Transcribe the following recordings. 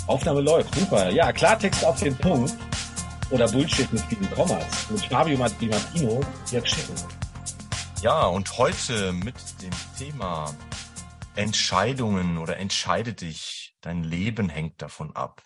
Aufnahme läuft, super. Ja, Klartext auf den Punkt oder Bullshit mit vielen Kommas. Mit Fabio Di Martino, jetzt schicken. Ja, und heute mit dem Thema Entscheidungen oder entscheide dich. Dein Leben hängt davon ab.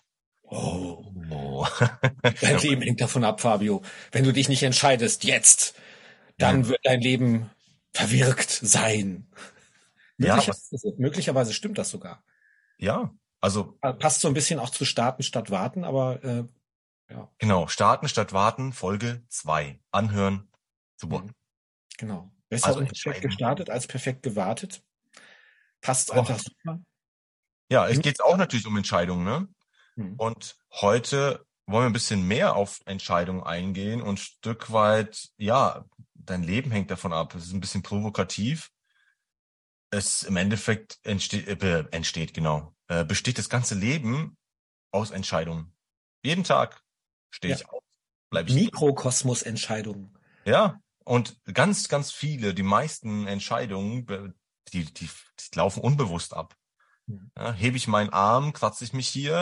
Oh. Dein Leben hängt davon ab, Fabio. Wenn du dich nicht entscheidest jetzt, dann wird dein Leben verwirkt sein. Möglicherweise stimmt das sogar. Ja, also passt so ein bisschen auch zu starten statt warten, aber ja. Genau, starten statt warten, Folge 2. Anhören, super. Genau. Besser unperfekt gestartet als perfekt gewartet. Passt einfach super. Ja, es geht auch natürlich um Entscheidungen, ne? Und heute wollen wir ein bisschen mehr auf Entscheidungen eingehen und ein Stück weit, ja, dein Leben hängt davon ab. Es ist ein bisschen provokativ. Es im Endeffekt besteht das ganze Leben aus Entscheidungen. Jeden Tag stehe ich auf, bleibe ich Mikrokosmos-Entscheidungen. Ja, und ganz, ganz viele, die meisten Entscheidungen, die laufen unbewusst ab. Ja, hebe ich meinen Arm, kratze ich mich hier,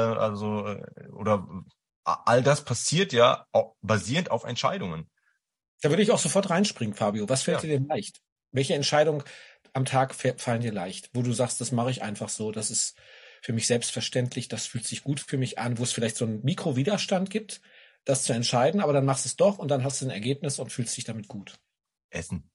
oder all das passiert ja auch basierend auf Entscheidungen. Da würde ich auch sofort reinspringen, Fabio. Was fällt dir denn leicht? Welche Entscheidungen am Tag fallen dir leicht? Wo du sagst, das mache ich einfach so, das ist für mich selbstverständlich, das fühlt sich gut für mich an, wo es vielleicht so einen Mikrowiderstand gibt, das zu entscheiden, aber dann machst du es doch und dann hast du ein Ergebnis und fühlst dich damit gut. Essen.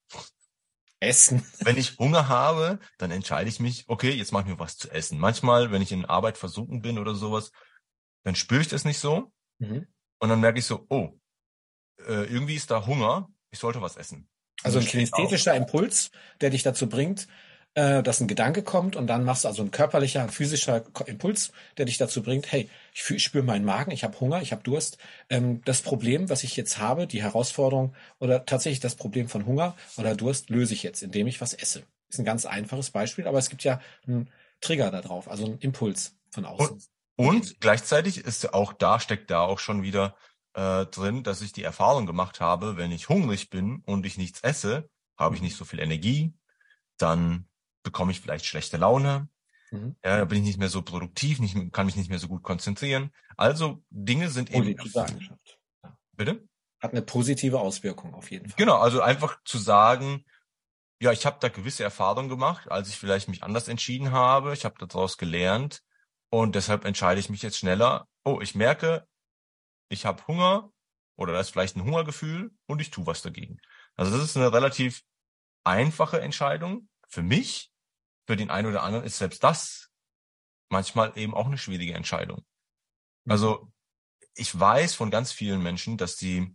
Wenn ich Hunger habe, dann entscheide ich mich, okay, jetzt mache ich mir was zu essen. Manchmal, wenn ich in Arbeit versunken bin oder sowas, dann spüre ich das nicht so. Und dann merke ich so, irgendwie ist da Hunger, ich sollte was essen. Also ein kinesthetischer Impuls, der dich dazu bringt, dass ein Gedanke kommt und dann machst du also ein körperlicher, ein physischer Impuls, der dich dazu bringt, hey, ich spüre meinen Magen, ich habe Hunger, ich habe Durst. Das Problem, was ich jetzt habe, die Herausforderung oder tatsächlich das Problem von Hunger oder Durst löse ich jetzt, indem ich was esse. Ist ein ganz einfaches Beispiel, aber es gibt ja einen Trigger da drauf, also einen Impuls von außen. Und gleichzeitig steckt da auch schon wieder drin, dass ich die Erfahrung gemacht habe, wenn ich hungrig bin und ich nichts esse, habe ich nicht so viel Energie, dann bekomme ich vielleicht schlechte Laune, ja, bin ich nicht mehr so produktiv, kann mich nicht mehr so gut konzentrieren. Also Dinge sind positive Eigenschaft. Bitte? Hat eine positive Auswirkung auf jeden Fall. Genau, also einfach zu sagen, ja, ich habe da gewisse Erfahrungen gemacht, als ich vielleicht mich anders entschieden habe, ich habe daraus gelernt und deshalb entscheide ich mich jetzt schneller. Ich merke, ich habe Hunger oder da ist vielleicht ein Hungergefühl und ich tue was dagegen. Also das ist eine relativ einfache Entscheidung. Für mich, für den einen oder anderen ist selbst das manchmal eben auch eine schwierige Entscheidung. Also ich weiß von ganz vielen Menschen, dass die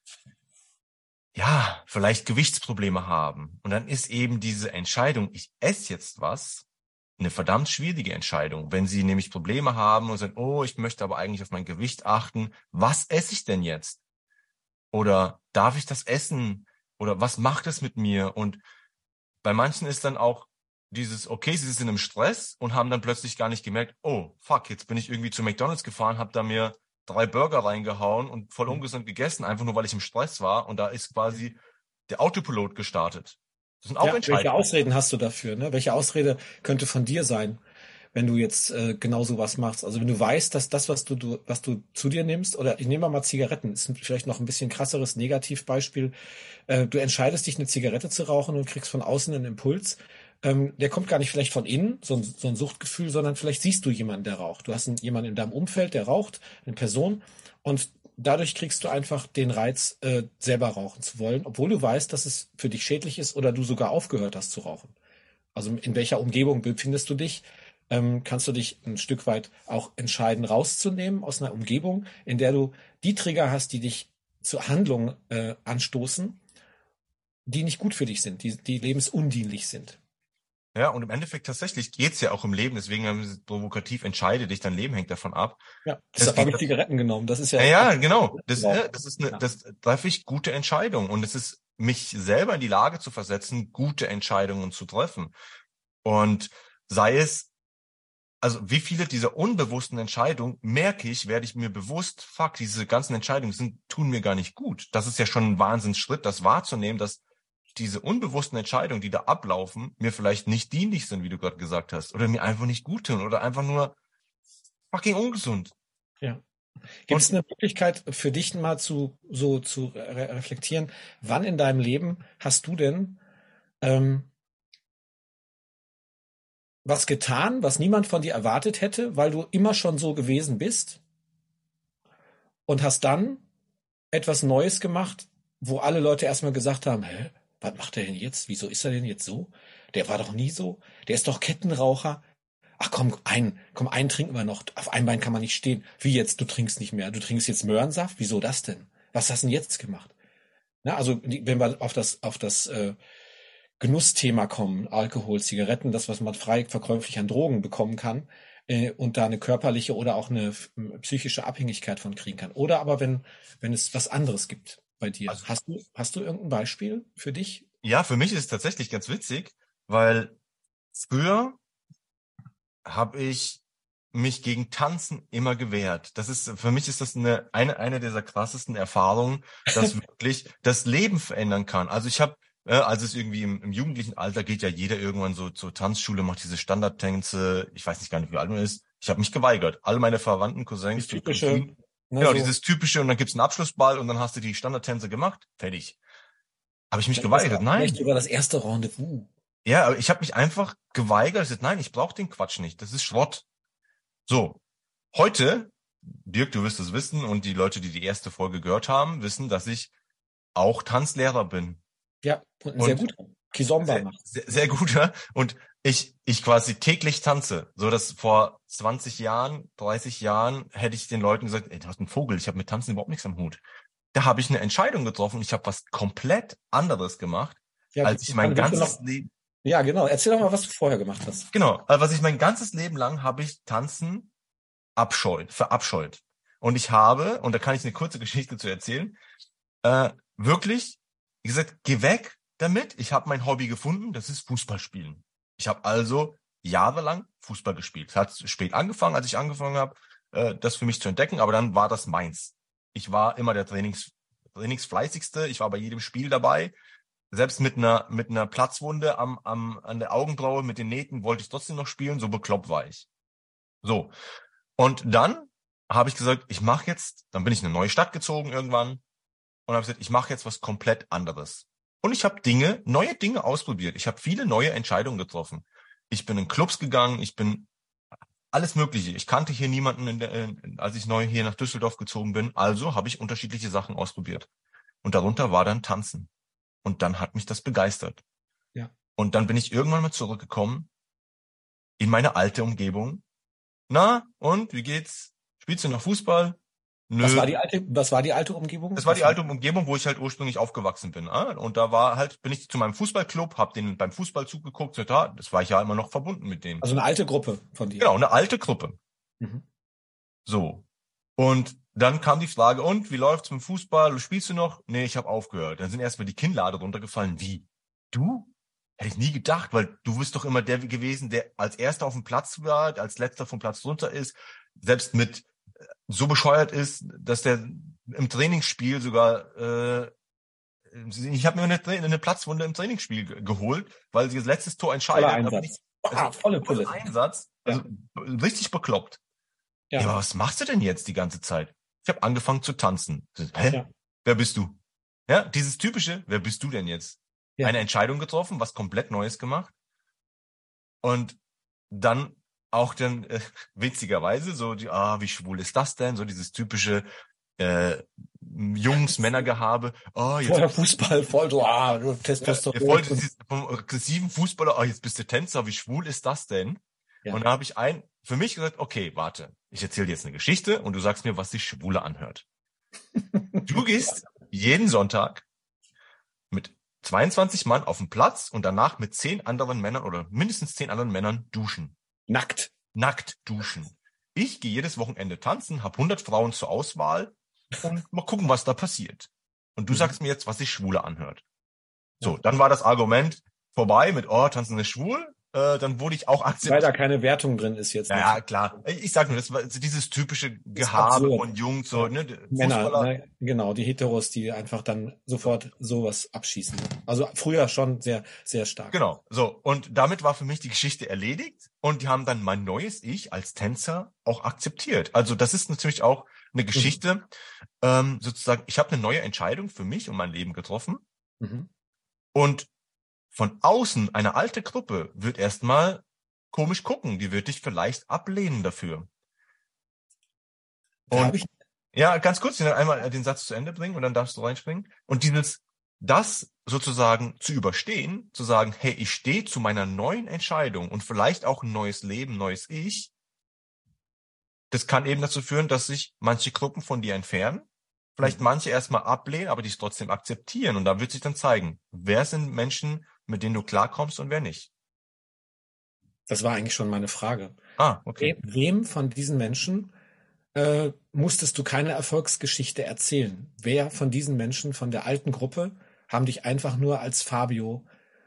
vielleicht Gewichtsprobleme haben. Und dann ist eben diese Entscheidung, ich esse jetzt was, eine verdammt schwierige Entscheidung. Wenn sie nämlich Probleme haben und sagen, ich möchte aber eigentlich auf mein Gewicht achten, was esse ich denn jetzt? Oder darf ich das essen? Oder was macht es mit mir? Und bei manchen ist dann auch dieses, sie sind im Stress und haben dann plötzlich gar nicht gemerkt, jetzt bin ich irgendwie zu McDonald's gefahren, habe da mir 3 Burger reingehauen und voll ungesund gegessen, einfach nur, weil ich im Stress war. Und da ist quasi der Autopilot gestartet. Das sind auch Entscheidungen. Welche Ausreden hast du dafür? Ne? Welche Ausrede könnte von dir sein, wenn du jetzt genau sowas machst? Also wenn du weißt, dass das, was du zu dir nimmst, oder ich nehme mal Zigaretten, ist vielleicht noch ein bisschen krasseres Negativbeispiel. Du entscheidest dich, eine Zigarette zu rauchen und kriegst von außen einen Impuls. Der kommt gar nicht vielleicht von innen, so ein Suchtgefühl, sondern vielleicht siehst du jemanden, der raucht. Du hast jemanden in deinem Umfeld, der raucht, eine Person, und dadurch kriegst du einfach den Reiz, selber rauchen zu wollen, obwohl du weißt, dass es für dich schädlich ist oder du sogar aufgehört hast zu rauchen. Also in welcher Umgebung befindest du dich? Kannst du dich ein Stück weit auch entscheiden, rauszunehmen aus einer Umgebung, in der du die Trigger hast, die dich zur Handlung anstoßen, die nicht gut für dich sind, die lebensundienlich sind. Ja, und im Endeffekt tatsächlich geht's ja auch im Leben, deswegen haben sie provokativ, entscheide dich, dein Leben hängt davon ab. Ja, deshalb habe ich Zigaretten genommen. Das ist ja. Ja, genau. Das treffe ich gute Entscheidungen. Und es ist, mich selber in die Lage zu versetzen, gute Entscheidungen zu treffen. Und sei es, also wie viele dieser unbewussten Entscheidungen merke ich, werde ich mir bewusst, diese ganzen Entscheidungen tun mir gar nicht gut. Das ist ja schon ein Wahnsinnsschritt, das wahrzunehmen, dass diese unbewussten Entscheidungen, die da ablaufen, mir vielleicht nicht dienlich sind, wie du gerade gesagt hast, oder mir einfach nicht gut tun oder einfach nur fucking ungesund. Ja. Gibt es eine Möglichkeit für dich mal zu reflektieren, wann in deinem Leben hast du denn ähm, was getan, was niemand von dir erwartet hätte, weil du immer schon so gewesen bist und hast dann etwas Neues gemacht, wo alle Leute erstmal gesagt haben, hä, was macht er denn jetzt? Wieso ist er denn jetzt so? Der war doch nie so. Der ist doch Kettenraucher. Ach komm, einen trinken wir noch. Auf einem Bein kann man nicht stehen. Wie jetzt? Du trinkst nicht mehr. Du trinkst jetzt Möhrensaft? Wieso das denn? Was hast du denn jetzt gemacht? Na, also wenn wir auf das Genussthema kommen, Alkohol, Zigaretten, das, was man frei verkäuflich an Drogen bekommen kann, und da eine körperliche oder auch eine psychische Abhängigkeit von kriegen kann. Oder aber wenn es was anderes gibt bei dir. Also, Hast du irgendein Beispiel für dich? ja, für mich ist es tatsächlich ganz witzig, weil früher habe ich mich gegen Tanzen immer gewehrt. Für mich ist das eine dieser krassesten Erfahrungen, dass wirklich das Leben verändern kann. Also ich habe, also es irgendwie im jugendlichen Alter geht ja jeder irgendwann so zur Tanzschule, macht diese Standardtänze. Ich weiß nicht gar nicht, wie alt man ist. Ich habe mich geweigert. Alle meine Verwandten, Die Cousins, typische, Cousinen, ne, genau, so, dieses typische und dann gibt's einen Abschlussball und dann hast du die Standardtänze gemacht. Fertig. Habe ich mich geweigert? vielleicht Nein. sogar das erste Rendezvous. Ja, aber ich habe mich einfach geweigert. Ich sagte, nein, ich brauche den Quatsch nicht. Das ist Schrott. So, heute, Dirk, du wirst es wissen und die Leute, die die erste Folge gehört haben, wissen, dass ich auch Tanzlehrer bin. Ja, und ein sehr Und guter. Kizomba sehr, macht. sehr, sehr guter. Und ich quasi täglich tanze. So dass vor 20 Jahren, 30 Jahren hätte ich den Leuten gesagt, ey, du hast einen Vogel, ich habe mit Tanzen überhaupt nichts am Hut. Da habe ich eine Entscheidung getroffen und ich habe was komplett anderes gemacht, Ja, als ich mein bitte noch. ganzes Leben, Ja, genau. Erzähl doch mal, was du vorher gemacht hast. genau, also was ich mein ganzes Leben lang habe ich Tanzen verabscheut. Und ich habe, und da kann ich eine kurze Geschichte zu erzählen, wirklich gesagt, geh weg damit. Ich habe mein Hobby gefunden, das ist Fußballspielen. Ich habe also jahrelang Fußball gespielt. Es hat spät angefangen, als ich angefangen habe, das für mich zu entdecken, aber dann war das meins. Ich war immer der Trainingsfleißigste, ich war bei jedem Spiel dabei. Selbst mit einer Platzwunde an der Augenbraue, mit den Nähten wollte ich trotzdem noch spielen, so bekloppt war ich. So. Und dann habe ich gesagt, dann bin ich in eine neue Stadt gezogen irgendwann und habe gesagt, ich mache jetzt was komplett anderes. Und ich habe neue Dinge ausprobiert. Ich habe viele neue Entscheidungen getroffen. Ich bin in Clubs gegangen, ich bin alles Mögliche. Ich kannte hier niemanden, als ich neu hier nach Düsseldorf gezogen bin. Also habe ich unterschiedliche Sachen ausprobiert. Und darunter war dann Tanzen. Und dann hat mich das begeistert. Ja. Und dann bin ich irgendwann mal zurückgekommen in meine alte Umgebung. Na, und wie geht's? Spielst du noch Fußball? Nö. Was war die alte Umgebung? Das war die alte Umgebung, wo ich halt ursprünglich aufgewachsen bin. Und da bin ich zu meinem Fußballclub, hab denen beim Fußball zugeguckt, so, das war ich ja immer noch verbunden mit denen. Also eine alte Gruppe von dir. Genau, eine alte Gruppe. Mhm. So. Und dann kam die Frage, und wie läuft's mit dem Fußball? Spielst du noch? Nee, ich habe aufgehört. Dann sind erstmal die Kinnlade runtergefallen. Wie? Du? Hätte ich nie gedacht, weil du bist doch immer der gewesen, der als Erster auf dem Platz war, als Letzter vom Platz runter ist, selbst mit so bescheuert ist, dass der im Trainingsspiel sogar, ich habe mir eine Platzwunde im Trainingsspiel geholt, weil sie das letzte Tor entscheidet. Voller Einsatz. Volle Pulle. Einsatz, also richtig bekloppt. Ja, aber was machst du denn jetzt die ganze Zeit? Ich habe angefangen zu tanzen. Hä? Ja. Wer bist du? Ja, dieses typische, wer bist du denn jetzt? Ja. Eine Entscheidung getroffen, was komplett Neues gemacht. Und dann auch witzigerweise so wie schwul ist das denn? So dieses typische Jungs-Männer-Gehabe. Oh, jetzt vorher Fußball, voll so, Testosteron. Voll vom aggressiven Fußballer, jetzt bist du Tänzer, wie schwul ist das denn? Ja. Und da habe ich für mich gesagt, okay, warte, ich erzähle dir jetzt eine Geschichte und du sagst mir, was sich Schwule anhört. Du gehst jeden Sonntag mit 22 Mann auf den Platz und danach mit 10 anderen Männern oder mindestens 10 anderen Männern duschen. Nackt duschen. Ich gehe jedes Wochenende tanzen, habe 100 Frauen zur Auswahl und mal gucken, was da passiert. Und du sagst mir jetzt, was sich Schwule anhört. So, dann war das Argument vorbei mit, tanzen ist schwul. dann wurde ich auch akzeptiert. Weil da keine Wertung drin ist jetzt. Ja, klar. Ich sag nur, das war so dieses typische Ist Gehabe absurd. von Jungs, so, ne? Männer, Fußballer. ne? Genau, die Heteros, die einfach dann sofort sowas abschießen. Also früher schon sehr, sehr stark. Genau. So. Und damit war für mich die Geschichte erledigt. Und die haben dann mein neues Ich als Tänzer auch akzeptiert. Also das ist natürlich auch eine Geschichte, sozusagen, ich habe eine neue Entscheidung für mich und mein Leben getroffen. Mhm. Und von außen, eine alte Gruppe wird erstmal komisch gucken. Die wird dich vielleicht ablehnen dafür. Und ja, ganz kurz, einmal den Satz zu Ende bringen und dann darfst du reinspringen. Und das sozusagen zu überstehen, zu sagen, hey, ich stehe zu meiner neuen Entscheidung und vielleicht auch ein neues Leben, neues Ich, das kann eben dazu führen, dass sich manche Gruppen von dir entfernen, vielleicht manche erstmal ablehnen, aber dich trotzdem akzeptieren. Und da wird sich dann zeigen, wer sind Menschen, mit denen du klarkommst und wer nicht. Das war eigentlich schon meine Frage. Okay. Wem von diesen Menschen musstest du keine Erfolgsgeschichte erzählen? Wer von diesen Menschen, von der alten Gruppe, haben dich einfach nur als Fabio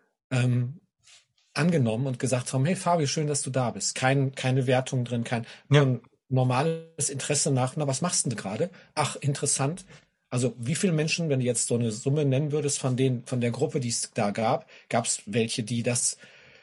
angenommen und gesagt haben, hey Fabio, schön, dass du da bist. Keine Wertung drin, nur ein normales Interesse nach, na, was machst du denn gerade? Ach, interessant. Also wie viele Menschen, wenn du jetzt so eine Summe nennen würdest von der Gruppe, die es da gab es welche, die das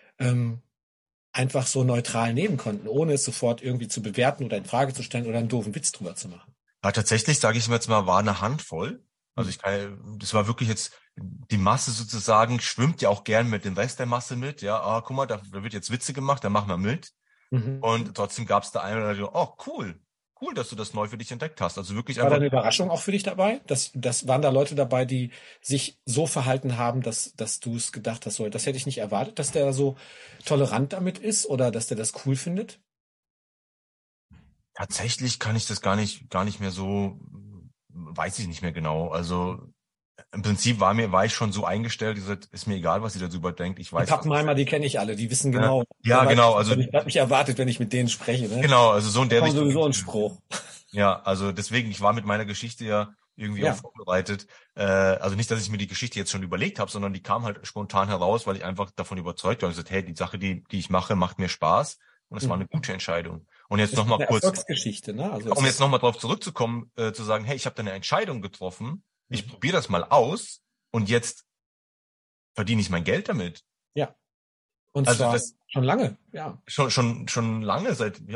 einfach so neutral nehmen konnten, ohne es sofort irgendwie zu bewerten oder in Frage zu stellen oder einen doofen Witz drüber zu machen? Ja, tatsächlich, sage ich mir jetzt mal, war eine Handvoll. Also das war wirklich jetzt, die Masse sozusagen schwimmt ja auch gern mit dem Rest der Masse mit. Ja, guck mal, da wird jetzt Witze gemacht, da machen wir mit. Und trotzdem gab es da einen oder andere, oh, cool, dass du das neu für dich entdeckt hast. Also wirklich War einfach. da eine Überraschung auch für dich dabei? Das waren da Leute dabei, die sich so verhalten haben, dass du es gedacht hast, so, das hätte ich nicht erwartet, dass der so tolerant damit ist oder dass der das cool findet? Tatsächlich kann ich das gar nicht mehr so, weiß ich nicht mehr genau. Also im Prinzip war ich schon so eingestellt, gesagt, ist mir egal, was sie darüber denkt. Ich Die weiß, Pappenheimer, die kenne ich alle, die wissen genau. Ja, genau. Also Was mich erwartet, wenn ich mit denen spreche. Ne? genau, also so in der Da kommt Richtung. sowieso ein Spruch. Ja, also deswegen, ich war mit meiner Geschichte ja irgendwie auch vorbereitet. Also nicht, dass ich mir die Geschichte jetzt schon überlegt habe, sondern die kam halt spontan heraus, weil ich einfach davon überzeugt war und gesagt, hey, die Sache, die ich mache, macht mir Spaß und es war eine gute Entscheidung. Und jetzt nochmal kurz, Erfolgsgeschichte, ne? Also um jetzt nochmal drauf zurückzukommen, zu sagen, hey, ich habe da eine Entscheidung getroffen, ich probiere das mal aus und jetzt verdiene ich mein Geld damit. Ja. Und also zwar das schon lange, ja. Schon lange,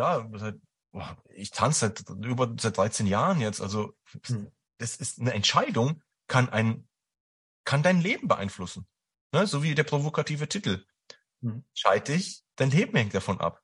ich tanze seit 13 Jahren jetzt. Also das ist eine Entscheidung, kann dein Leben beeinflussen. Ne? So wie der provokative Titel. Entscheid dich, dein Leben hängt davon ab.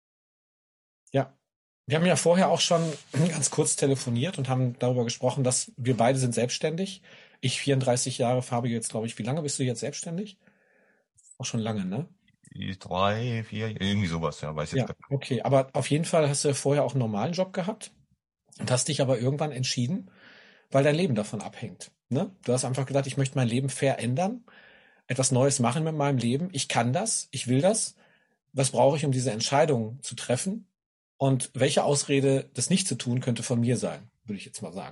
Ja. Wir haben ja vorher auch schon ganz kurz telefoniert und haben darüber gesprochen, dass wir beide sind selbstständig. Ich 34 Jahre, Fabio jetzt, glaube ich. Wie lange bist du jetzt selbstständig? Auch schon lange, ne? 3, 4, irgendwie sowas, ja, weiß ich jetzt. Ja, okay. Aber auf jeden Fall hast du vorher auch einen normalen Job gehabt und hast dich aber irgendwann entschieden, weil dein Leben davon abhängt. Ne? Du hast einfach gedacht, ich möchte mein Leben verändern, etwas Neues machen mit meinem Leben. Ich kann das, ich will das. Was brauche ich, um diese Entscheidung zu treffen? Und welche Ausrede, das nicht zu tun, könnte von mir sein, würde ich jetzt mal sagen.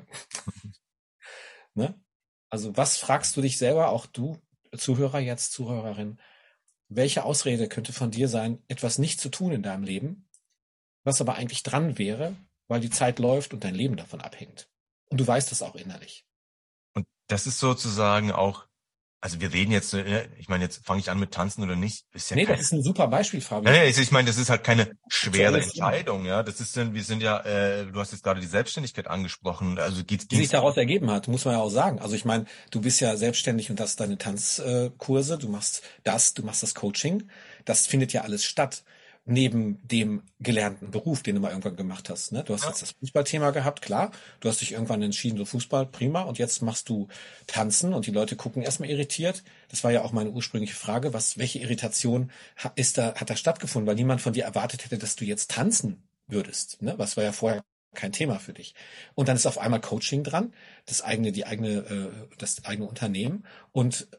Ne? Also was fragst du dich selber, auch du, Zuhörer jetzt, Zuhörerin, welche Ausrede könnte von dir sein, etwas nicht zu tun in deinem Leben, was aber eigentlich dran wäre, weil die Zeit läuft und dein Leben davon abhängt? Und du weißt das auch innerlich. Und das ist sozusagen auch, also wir reden jetzt, ich meine, jetzt fange ich an mit Tanzen oder nicht. Ist ja das ist ein super Beispiel, Fabio. Ich meine, das ist halt keine schwere Entscheidung, ja. Das ist wir sind ja, du hast jetzt gerade die Selbstständigkeit angesprochen, also die sich daraus ergeben hat, muss man ja auch sagen. Also ich meine, du bist ja selbstständig und hast deine Tanzkurse, du machst das Coaching, das findet ja alles statt. Neben dem gelernten Beruf, den du mal irgendwann gemacht hast. Ne? Du hast jetzt das Fußballthema gehabt, klar. Du hast dich irgendwann entschieden, so Fußball, prima. Und jetzt machst du Tanzen und die Leute gucken erstmal irritiert. Das war ja auch meine ursprüngliche Frage. Welche Irritation hat da stattgefunden? Weil niemand von dir erwartet hätte, dass du jetzt tanzen würdest. Ne? Was war ja vorher kein Thema für dich. Und dann ist auf einmal Coaching dran, das eigene Unternehmen. Und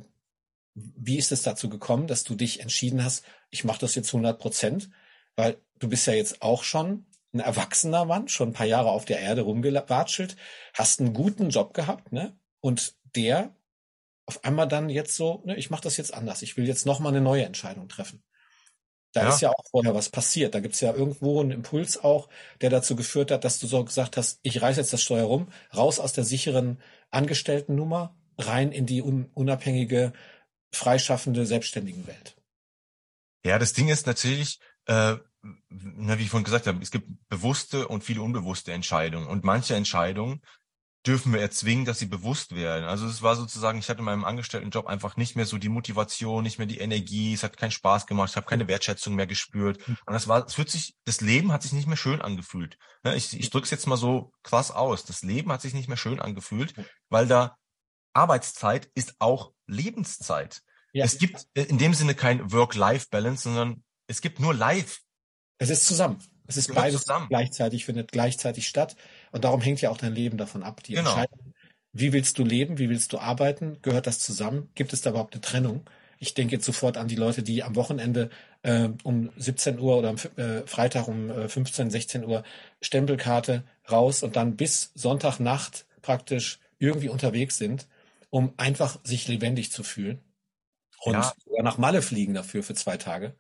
wie ist es dazu gekommen, dass du dich entschieden hast, ich mache das jetzt 100%, weil du bist ja jetzt auch schon ein erwachsener Mann, schon ein paar Jahre auf der Erde rumgewatschelt, hast einen guten Job gehabt, ne? Und der auf einmal dann jetzt so, ne, ich mache das jetzt anders, ich will jetzt nochmal eine neue Entscheidung treffen. Da ist Ja, ja auch vorher was passiert. Da gibt's ja irgendwo einen Impuls auch, der dazu geführt hat, dass du so gesagt hast, ich reiß jetzt das Steuer rum, raus aus der sicheren Angestelltennummer, rein in die unabhängige, freischaffende, selbstständigen Welt. ja, das Ding ist natürlich, wie ich vorhin gesagt habe, es gibt bewusste und viele unbewusste Entscheidungen. Und manche Entscheidungen dürfen wir erzwingen, dass sie bewusst werden. Also es war sozusagen, ich hatte in meinem Angestelltenjob einfach nicht mehr so die Motivation, nicht mehr die Energie, es hat keinen Spaß gemacht, ich habe keine Wertschätzung mehr gespürt. Und das Leben hat sich nicht mehr schön angefühlt. Ne, ich drücke es jetzt mal so krass aus. Das Leben hat sich nicht mehr schön angefühlt, weil da Arbeitszeit ist auch Lebenszeit. Ja, Es gibt in dem Sinne kein Work-Life-Balance, sondern es gibt nur Life. es ist zusammen. Es Es ist gehört beides zusammen. gleichzeitig, findet gleichzeitig statt. Und darum hängt ja auch dein Leben davon ab. Die Genau. Entscheidung, wie willst du leben, wie willst du arbeiten, gehört das zusammen? Gibt es da überhaupt eine Trennung? Ich denke jetzt sofort an die Leute, die am Wochenende um 17 Uhr oder am Freitag um 15, 16 Uhr Stempelkarte raus und dann bis Sonntagnacht praktisch irgendwie unterwegs sind, um einfach sich lebendig zu fühlen Ja, und sogar nach Malle fliegen dafür für 2 Tage.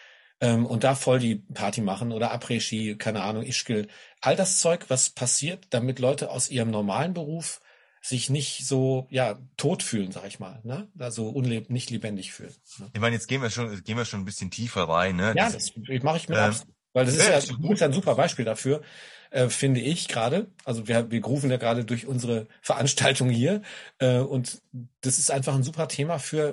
Und da voll die Party machen oder Après-Ski, keine Ahnung, Ischgl. All das Zeug, was passiert, damit Leute aus ihrem normalen Beruf sich nicht so, ja, tot fühlen, sag ich mal, ne? Also nicht lebendig fühlen. Ne? ich meine, jetzt gehen wir schon ein bisschen tiefer rein, ne? Ja, das mache ich mit Ähm, Absicht. Weil das ist ja, ja, ist ja du bist gut. ja ein super Beispiel dafür, finde ich gerade. Also wir grooven ja gerade durch unsere Veranstaltung hier. Und das ist einfach ein super Thema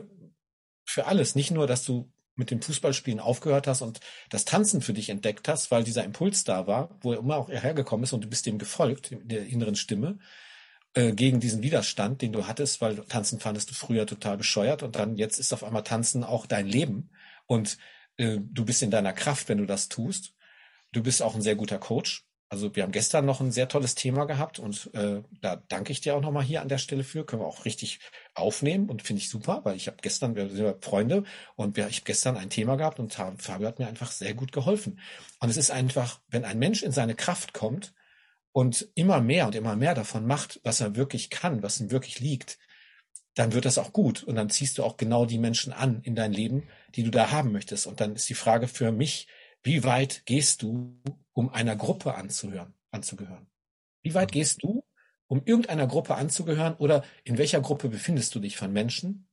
für alles. Nicht nur, dass du mit dem Fußballspielen aufgehört hast und das Tanzen für dich entdeckt hast, weil dieser Impuls da war, wo er immer auch hergekommen ist und du bist dem gefolgt, der inneren Stimme, gegen diesen Widerstand, den du hattest, weil Tanzen fandest du früher total bescheuert und dann jetzt ist auf einmal Tanzen auch dein Leben und du bist in deiner Kraft, wenn du das tust. Du bist auch ein sehr guter Coach. Also wir haben gestern noch ein sehr tolles Thema gehabt und da danke ich dir auch nochmal hier an der Stelle für. Können wir auch richtig aufnehmen und finde ich super, weil ich habe gestern, wir sind ja Freunde und ich habe gestern ein Thema gehabt und Fabio hat mir einfach sehr gut geholfen. Und es ist einfach, wenn ein Mensch in seine Kraft kommt und immer mehr davon macht, was er wirklich kann, was ihm wirklich liegt, dann wird das auch gut. Und dann ziehst du auch genau die Menschen an in dein Leben, die du da haben möchtest. Und dann ist die Frage für mich, wie weit gehst du, um einer Gruppe anzugehören? Wie weit gehst du, um irgendeiner Gruppe anzugehören? Oder in welcher Gruppe befindest du dich von Menschen,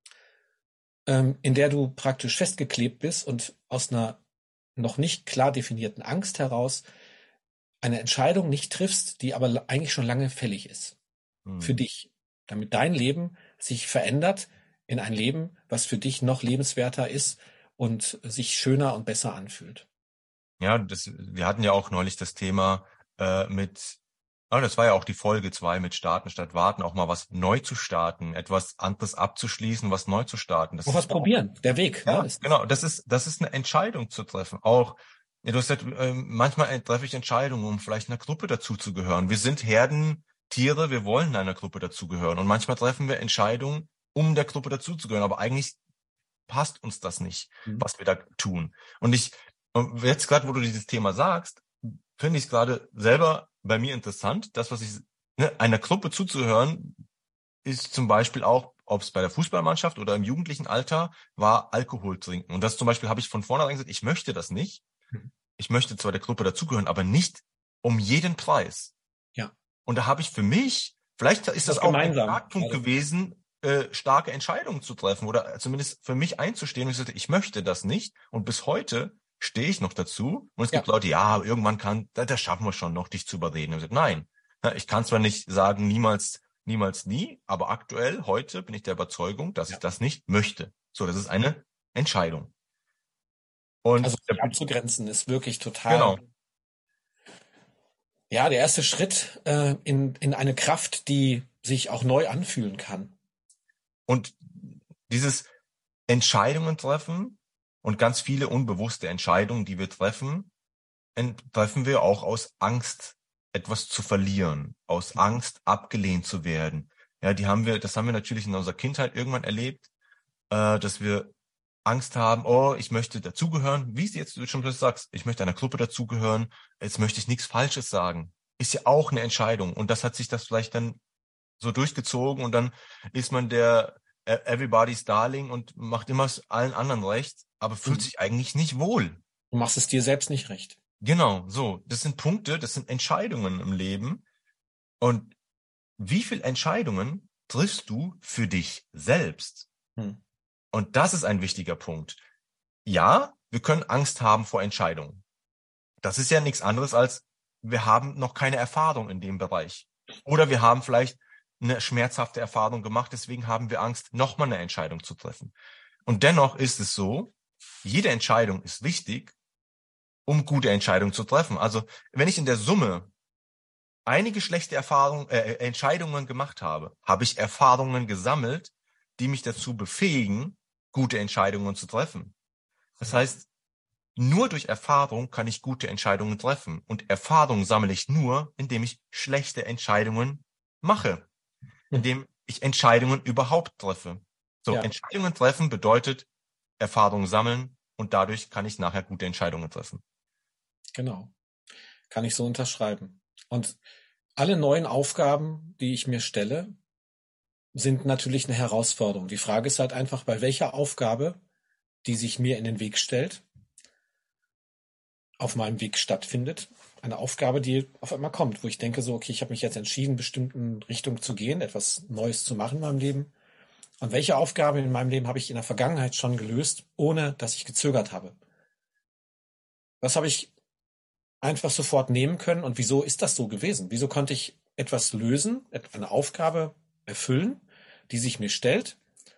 in der du praktisch festgeklebt bist und aus einer noch nicht klar definierten Angst heraus eine Entscheidung nicht triffst, die aber eigentlich schon lange fällig ist für Hm. dich, damit dein Leben sich verändert in ein Leben, was für dich noch lebenswerter ist und sich schöner und besser anfühlt. Ja, wir hatten ja auch neulich das Thema das war ja auch die Folge 2 mit Starten statt Warten, auch mal was neu zu starten, etwas anderes abzuschließen, was neu zu starten. Das Auch was ist auch, probieren, der Weg, ne? ja, genau, das ist eine Entscheidung zu treffen. Auch, ja, du hast gesagt, manchmal treffe ich Entscheidungen, um vielleicht einer Gruppe dazuzugehören. Wir sind Herdentiere, wir wollen einer Gruppe dazugehören. Und manchmal treffen wir Entscheidungen, um der Gruppe dazuzugehören. Aber eigentlich passt uns das nicht, Mhm. was wir da tun. Und jetzt gerade, wo du dieses Thema sagst, finde ich es gerade selber bei mir interessant. Einer Gruppe zuzuhören, ist zum Beispiel auch, ob es bei der Fußballmannschaft oder im jugendlichen Alter war, Alkohol trinken. Und das zum Beispiel habe ich von vornherein gesagt, ich möchte das nicht. Mhm. Ich möchte zwar der Gruppe dazugehören, aber nicht um jeden Preis. Ja, Und da habe ich für mich, vielleicht ist das das auch ein gemeinsam. Startpunkt gewesen, starke Entscheidungen zu treffen oder zumindest für mich einzustehen. Und ich sagte, ich möchte das nicht. Und bis heute stehe ich noch dazu. Und es Ja, gibt Leute, ja, irgendwann das schaffen wir schon noch, dich zu überreden. Und ich sage, nein, ich kann zwar nicht sagen, niemals, niemals nie, aber aktuell, heute bin ich der Überzeugung, dass ich ja. das nicht möchte. So, das ist eine Entscheidung. Also Und sich abzugrenzen ist wirklich total, genau. ja, der erste Schritt in eine Kraft, die sich auch neu anfühlen kann. Und dieses Entscheidungen treffen und ganz viele unbewusste Entscheidungen, die wir treffen, treffen wir auch aus Angst, etwas zu verlieren, aus Angst, abgelehnt zu werden. Ja, das haben wir natürlich in unserer Kindheit irgendwann erlebt, dass wir Angst haben, oh, ich möchte dazugehören, wie es jetzt du schon sagst, ich möchte einer Gruppe dazugehören, jetzt möchte ich nichts Falsches sagen. Ist ja auch eine Entscheidung. Und das hat sich das vielleicht dann so durchgezogen und dann ist man der Everybody's Darling und macht immer allen anderen recht. aber fühlt sich eigentlich nicht wohl. Du machst es dir selbst nicht recht. Genau, so. Das sind Punkte, das sind Entscheidungen im Leben. Und wie viele Entscheidungen triffst du für dich selbst? Und das ist ein wichtiger Punkt. Ja, wir können Angst haben vor Entscheidungen. Das ist ja nichts anderes als, wir haben noch keine Erfahrung in dem Bereich. Oder wir haben vielleicht eine schmerzhafte Erfahrung gemacht, deswegen haben wir Angst, nochmal eine Entscheidung zu treffen. Und dennoch ist es so, jede Entscheidung ist wichtig, um gute Entscheidungen zu treffen. Also wenn ich in der Summe einige schlechte Entscheidungen gemacht habe, habe ich Erfahrungen gesammelt, die mich dazu befähigen, gute Entscheidungen zu treffen. Das heißt, nur durch Erfahrung kann ich gute Entscheidungen treffen. Und Erfahrung sammle ich nur, indem ich schlechte Entscheidungen mache. Indem ich Entscheidungen überhaupt treffe. So, ja. Entscheidungen treffen bedeutet Erfahrung sammeln und dadurch kann ich nachher gute Entscheidungen treffen. Genau. Kann ich so unterschreiben. Und alle neuen Aufgaben, die ich mir stelle, sind natürlich eine Herausforderung. Die Frage ist halt einfach, bei welcher Aufgabe, die sich mir in den Weg stellt, auf meinem Weg stattfindet. Eine Aufgabe, die auf einmal kommt, wo ich denke so, okay, ich habe mich jetzt entschieden, bestimmten Richtung zu gehen, etwas Neues zu machen in meinem Leben. Und welche Aufgabe in meinem Leben habe ich in der Vergangenheit schon gelöst, ohne dass ich gezögert habe? Was habe ich einfach sofort nehmen können und wieso ist das so gewesen? Wieso konnte ich etwas lösen, eine Aufgabe erfüllen, die sich mir stellt,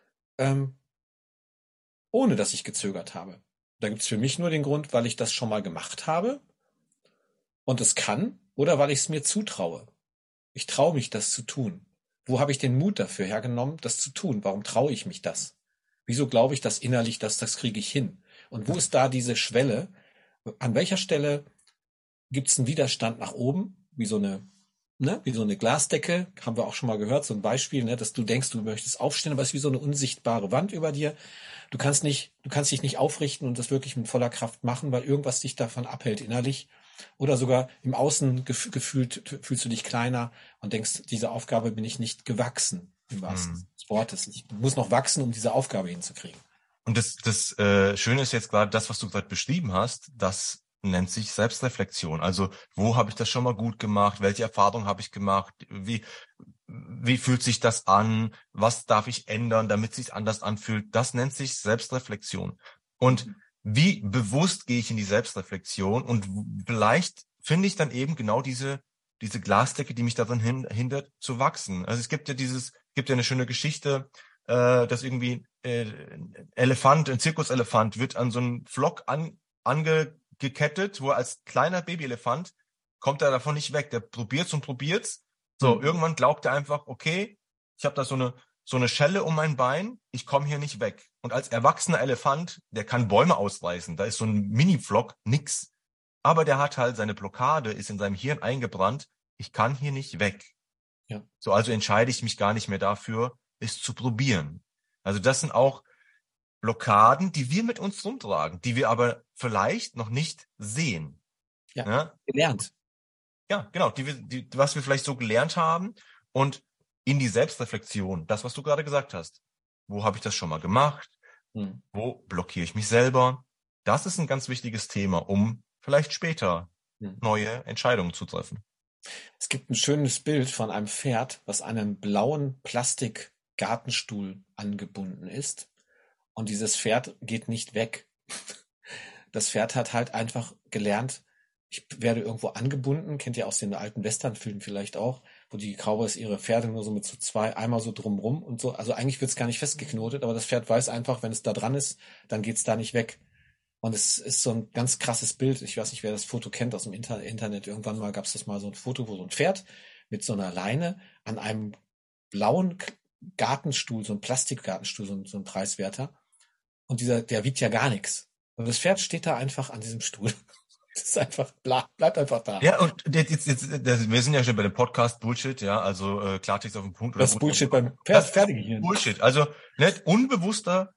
ohne dass ich gezögert habe? Da gibt es für mich nur den Grund, weil ich das schon mal gemacht habe und es kann oder weil ich es mir zutraue. Ich traue mich, das zu tun. Wo habe ich den Mut dafür hergenommen, das zu tun? Warum traue ich mich das? Wieso glaube ich das innerlich, dass das kriege ich hin? Und wo ist da diese Schwelle? An welcher Stelle gibt es einen Widerstand nach oben? Wie so eine Glasdecke, haben wir auch schon mal gehört, so ein Beispiel, dass du denkst, du möchtest aufstehen, aber es ist wie so eine unsichtbare Wand über dir. Du kannst dich nicht aufrichten und das wirklich mit voller Kraft machen, weil irgendwas dich davon abhält innerlich. Oder sogar im Außen gefühlt fühlst du dich kleiner und denkst, dieser Aufgabe bin ich nicht gewachsen, im wahrsten Sinne des Wortes. Ich muss noch wachsen, um diese Aufgabe hinzukriegen. Und das Schöne ist jetzt gerade das, was du gerade beschrieben hast, das nennt sich Selbstreflexion. Also, wo habe ich das schon mal gut gemacht? Welche Erfahrung habe ich gemacht? Wie fühlt sich das an? Was darf ich ändern, damit es sich anders anfühlt? Das nennt sich Selbstreflexion. Und wie bewusst gehe ich in die Selbstreflexion? Und vielleicht finde ich dann eben genau diese Glasdecke, die mich daran hindert, zu wachsen. Also es gibt ja eine schöne Geschichte, dass irgendwie ein Zirkuselefant wird an so einen Pflock angekettet, wo er als kleiner Babyelefant kommt er davon nicht weg. Der probiert's. So, irgendwann glaubt er einfach, okay, ich habe da so eine Schelle um mein Bein, ich komme hier nicht weg. Und als erwachsener Elefant, der kann Bäume ausreißen, da ist so ein Mini-Pflock, nix. Aber der hat halt, seine Blockade ist in seinem Hirn eingebrannt, ich kann hier nicht weg. Ja. So, also entscheide ich mich gar nicht mehr dafür, es zu probieren. Also das sind auch Blockaden, die wir mit uns rumtragen, die wir aber vielleicht noch nicht sehen. Ja, gelernt. Ja, genau, was wir vielleicht so gelernt haben und in die Selbstreflexion, das, was du gerade gesagt hast. Wo habe ich das schon mal gemacht? Wo blockiere ich mich selber? Das ist ein ganz wichtiges Thema, um vielleicht später neue Entscheidungen zu treffen. Es gibt ein schönes Bild von einem Pferd, was an einem blauen Plastik-Gartenstuhl angebunden ist. Und dieses Pferd geht nicht weg. Das Pferd hat halt einfach gelernt, ich werde irgendwo angebunden, kennt ihr aus den alten Westernfilmen vielleicht auch, wo die Cowboys ihre Pferde nur so mit so einmal so drumrum und so. Also eigentlich wird es gar nicht festgeknotet, aber das Pferd weiß einfach, wenn es da dran ist, dann geht es da nicht weg. Und es ist so ein ganz krasses Bild. Ich weiß nicht, wer das Foto kennt aus dem Internet. Irgendwann mal gab es das mal so ein Foto, wo so ein Pferd mit so einer Leine an einem blauen Gartenstuhl, so ein Plastikgartenstuhl, so ein preiswerter. Und der wiegt ja gar nichts. Und das Pferd steht da einfach an diesem Stuhl. Das ist einfach, bleibt einfach da. Ja, und jetzt, wir sind ja schon bei dem Podcast Bullshit, ja, also Klartext auf den Punkt. Das ist Bullshit beim Pferdegehirn. Bullshit, also nicht unbewusster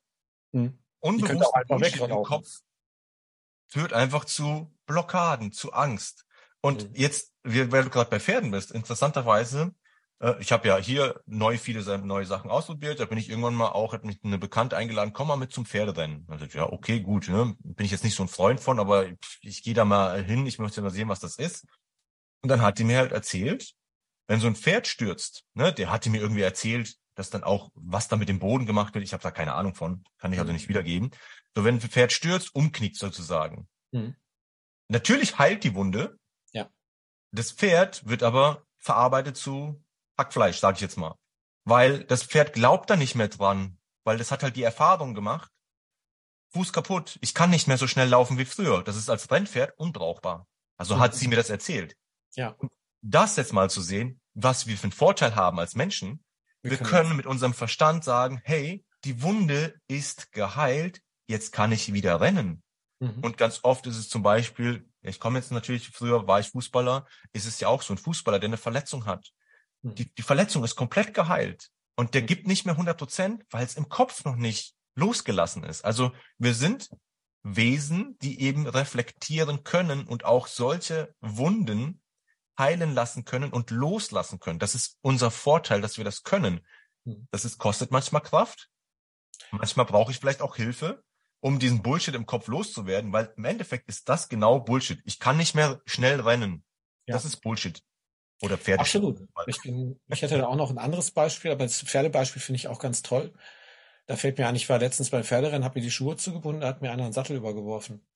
Bullshit im Kopf führt einfach zu Blockaden, zu Angst. Und jetzt, weil du gerade bei Pferden bist, interessanterweise Ich habe ja hier viele neue Sachen ausprobiert. Da bin ich irgendwann mal auch, hat mich eine Bekannte eingeladen, komm mal mit zum Pferderennen. Also ja, okay, gut, ne? Bin ich jetzt nicht so ein Freund von, aber ich gehe da mal hin, ich möchte mal sehen, was das ist. Und dann hat die mir halt erzählt, wenn so ein Pferd stürzt, ne, der hatte mir irgendwie erzählt, dass dann auch, was da mit dem Boden gemacht wird, ich habe da keine Ahnung von, kann ich also nicht wiedergeben. So, wenn ein Pferd stürzt, umknickt sozusagen. Mhm. Natürlich heilt die Wunde, Ja. das Pferd wird aber verarbeitet zu Hackfleisch, sage ich jetzt mal. Weil das Pferd glaubt da nicht mehr dran, weil das hat halt die Erfahrung gemacht, Fuß kaputt, ich kann nicht mehr so schnell laufen wie früher. Das ist als Rennpferd unbrauchbar. Also hat sie mir das erzählt. Ja. Das jetzt mal zu sehen, was wir für einen Vorteil haben als Menschen. Wir können mit unserem Verstand sagen, hey, die Wunde ist geheilt, jetzt kann ich wieder rennen. Mhm. Und ganz oft ist es zum Beispiel, ich komme jetzt natürlich, früher war ich Fußballer, ist es ja auch so ein Fußballer, der eine Verletzung hat. Die Verletzung ist komplett geheilt und der gibt nicht mehr 100%, weil es im Kopf noch nicht losgelassen ist. Also wir sind Wesen, die eben reflektieren können und auch solche Wunden heilen lassen können und loslassen können. Das ist unser Vorteil, dass wir das können. Kostet manchmal Kraft. Manchmal brauche ich vielleicht auch Hilfe, um diesen Bullshit im Kopf loszuwerden, weil im Endeffekt ist das genau Bullshit. Ich kann nicht mehr schnell rennen. Ja. Das ist Bullshit. Oder Pferde. Absolut. Ich hätte da auch noch ein anderes Beispiel, aber das Pferdebeispiel finde ich auch ganz toll. Da fällt mir ein, ich war letztens beim Pferderennen, habe mir die Schuhe zugebunden, da hat mir einer einen Sattel übergeworfen.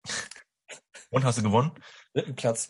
Und hast du gewonnen? Dritten Platz.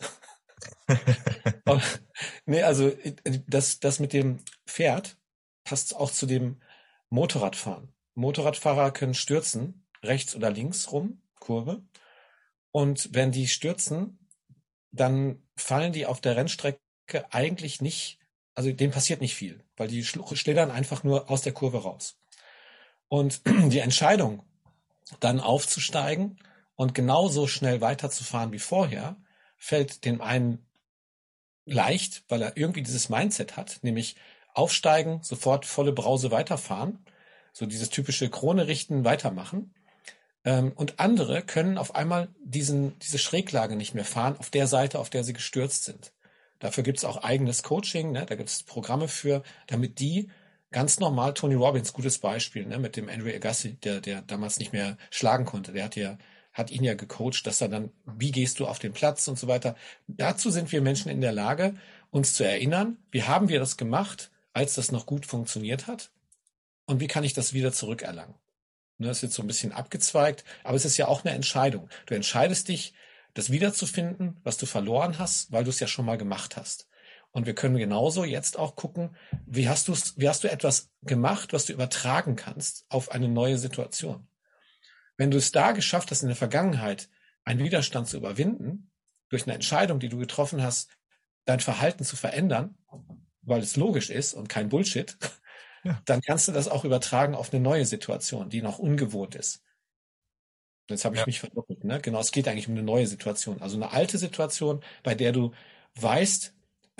Aber, nee, also das mit dem Pferd passt auch zu dem Motorradfahren. Motorradfahrer können stürzen, rechts oder links rum, Kurve. Und wenn die stürzen, dann fallen die auf der Rennstrecke eigentlich nicht, also denen passiert nicht viel, weil die schlittern einfach nur aus der Kurve raus. Und die Entscheidung, dann aufzusteigen und genauso schnell weiterzufahren wie vorher, fällt dem einen leicht, weil er irgendwie dieses Mindset hat, nämlich aufsteigen, sofort volle Brause weiterfahren, so dieses typische Krone richten, weitermachen. Und andere können auf einmal diese Schräglage nicht mehr fahren auf der Seite, auf der sie gestürzt sind. Dafür gibt's auch eigenes Coaching, ne? Da gibt's Programme für, damit die ganz normal, Tony Robbins, gutes Beispiel, ne? Mit dem Andre Agassi, der damals nicht mehr schlagen konnte. Der hat ihn ja gecoacht, dass er dann, wie gehst du auf den Platz und so weiter. Dazu sind wir Menschen in der Lage, uns zu erinnern, wie haben wir das gemacht, als das noch gut funktioniert hat? Und wie kann ich das wieder zurückerlangen? Das ist jetzt so ein bisschen abgezweigt, aber es ist ja auch eine Entscheidung. Du entscheidest dich, das wiederzufinden, was du verloren hast, weil du es ja schon mal gemacht hast. Und wir können genauso jetzt auch gucken, wie hast du etwas gemacht, was du übertragen kannst auf eine neue Situation. Wenn du es da geschafft hast, in der Vergangenheit einen Widerstand zu überwinden, durch eine Entscheidung, die du getroffen hast, dein Verhalten zu verändern, weil es logisch ist und kein Bullshit, Ja. dann kannst du das auch übertragen auf eine neue Situation, die noch ungewohnt ist. Jetzt habe ich mich verdoppelt, ne? Genau, es geht eigentlich um eine neue Situation. Also eine alte Situation, bei der du weißt,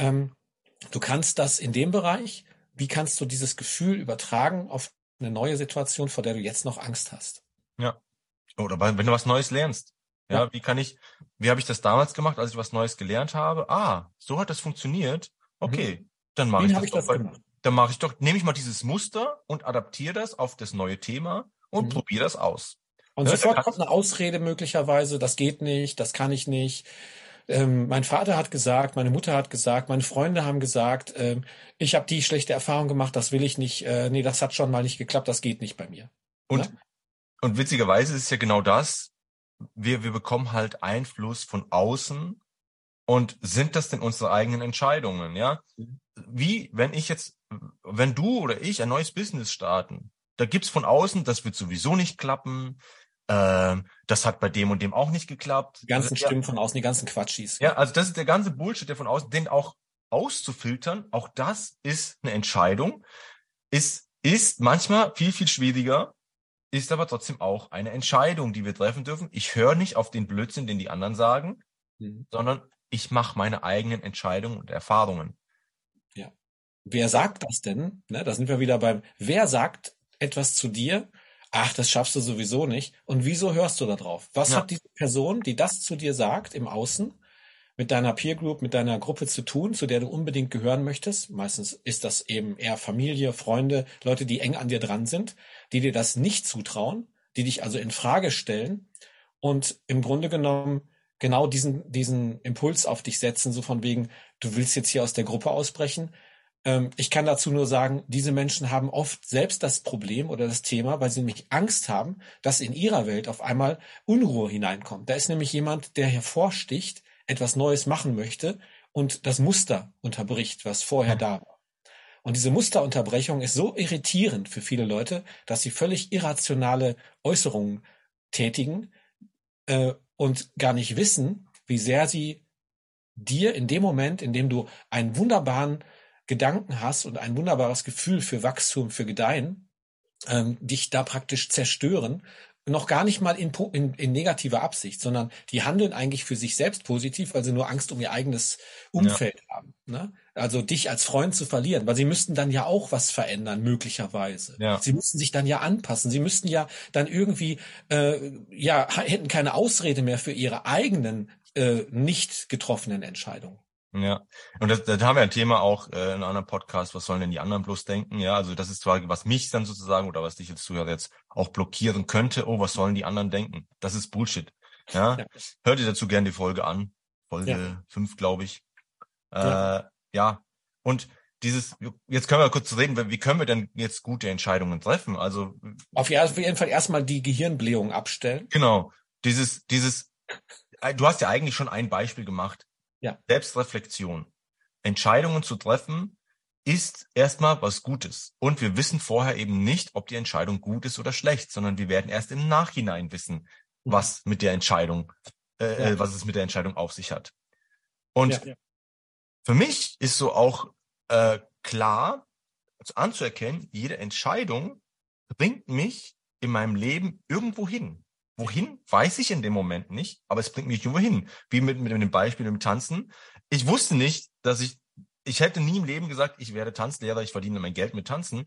du kannst das in dem Bereich, wie kannst du dieses Gefühl übertragen auf eine neue Situation, vor der du jetzt noch Angst hast? Ja. Oder wenn du was Neues lernst. Ja, Ja. wie habe ich das damals gemacht, als ich was Neues gelernt habe? Ah, so hat das funktioniert. Okay, dann mache ich Wie habe das ich doch das gemacht? nehme ich mal dieses Muster und adaptiere das auf das neue Thema und Mhm. probiere das aus. Und Ne, sofort kommt eine Ausrede möglicherweise, das geht nicht, das kann ich nicht. Mein Vater hat gesagt, meine Mutter hat gesagt, meine Freunde haben gesagt, ich habe die schlechte Erfahrung gemacht, das will ich nicht, nee, das hat schon mal nicht geklappt, das geht nicht bei mir. und, Ne? und witzigerweise ist es ja genau das. Wir bekommen halt Einfluss von außen und sind das denn unsere eigenen Entscheidungen, ja? Wenn du oder ich ein neues Business starten, da gibt's von außen, das wird sowieso nicht klappen, das hat bei dem und dem auch nicht geklappt. Die ganzen Ja, Stimmen von außen, die ganzen Quatschis. ja, also das ist der ganze Bullshit, der von außen, den auch auszufiltern, auch das ist eine Entscheidung, ist manchmal viel, viel schwieriger, ist aber trotzdem auch eine Entscheidung, die wir treffen dürfen. Ich höre nicht auf den Blödsinn, den die anderen sagen, Mhm. sondern ich mache meine eigenen Entscheidungen und Erfahrungen. Ja. Wer sagt das denn? Ne, da sind wir wieder wer sagt etwas zu dir? Ach, das schaffst du sowieso nicht. Und wieso hörst du da drauf? Was Ja, hat diese Person, die das zu dir sagt, im Außen? mit deiner Peer Group, mit deiner Gruppe zu tun, zu der du unbedingt gehören möchtest. Meistens ist das eben eher Familie, Freunde, Leute, die eng an dir dran sind, die dir das nicht zutrauen, die dich also in Frage stellen und im Grunde genommen genau diesen Impuls auf dich setzen, so von wegen, du willst jetzt hier aus der Gruppe ausbrechen. Ich kann dazu nur sagen, diese Menschen haben oft selbst das Problem oder das Thema, weil sie nämlich Angst haben, dass in ihrer Welt auf einmal Unruhe hineinkommt. Da ist nämlich jemand, der hervorsticht, etwas Neues machen möchte und das Muster unterbricht, was vorher da war. Und diese Musterunterbrechung ist so irritierend für viele Leute, dass sie völlig irrationale Äußerungen tätigen und gar nicht wissen, wie sehr sie dir in dem Moment, in dem du einen wunderbaren Gedanken hast und ein wunderbares Gefühl für Wachstum, für Gedeihen, dich da praktisch zerstören, noch gar nicht mal in negativer Absicht, sondern die handeln eigentlich für sich selbst positiv, weil sie nur Angst um ihr eigenes Umfeld haben. Ne? Also dich als Freund zu verlieren, weil sie müssten dann ja auch was verändern, möglicherweise. Ja. Sie müssten sich dann ja anpassen. Sie müssten ja dann irgendwie, hätten keine Ausrede mehr für ihre eigenen nicht getroffenen Entscheidungen. Ja, und da haben wir ein Thema auch in einem anderen Podcast, was sollen denn die anderen bloß denken? Ja, also das ist zwar, was mich dann sozusagen oder was dich jetzt Zuhörer jetzt auch blockieren könnte, oh, was sollen die anderen denken? Das ist Bullshit. Ja, hört ihr dazu gerne die Folge an. Folge 5, glaube ich. Ja, und jetzt können wir kurz reden, wie können wir denn jetzt gute Entscheidungen treffen? Also auf jeden Fall erstmal die Gehirnblähung abstellen. Genau, du hast ja eigentlich schon ein Beispiel gemacht. Ja. Selbstreflexion. Entscheidungen zu treffen ist erstmal was Gutes. Und wir wissen vorher eben nicht, ob die Entscheidung gut ist oder schlecht, sondern wir werden erst im Nachhinein wissen, was mit der Entscheidung, was es mit der Entscheidung auf sich hat. Und für mich ist so auch klar anzuerkennen, jede Entscheidung bringt mich in meinem Leben irgendwo hin. Wohin, weiß ich in dem Moment nicht, aber es bringt mich irgendwo hin. Wie mit dem Beispiel im Tanzen. Ich wusste nicht, dass ich hätte nie im Leben gesagt, ich werde Tanzlehrer, ich verdiene mein Geld mit Tanzen,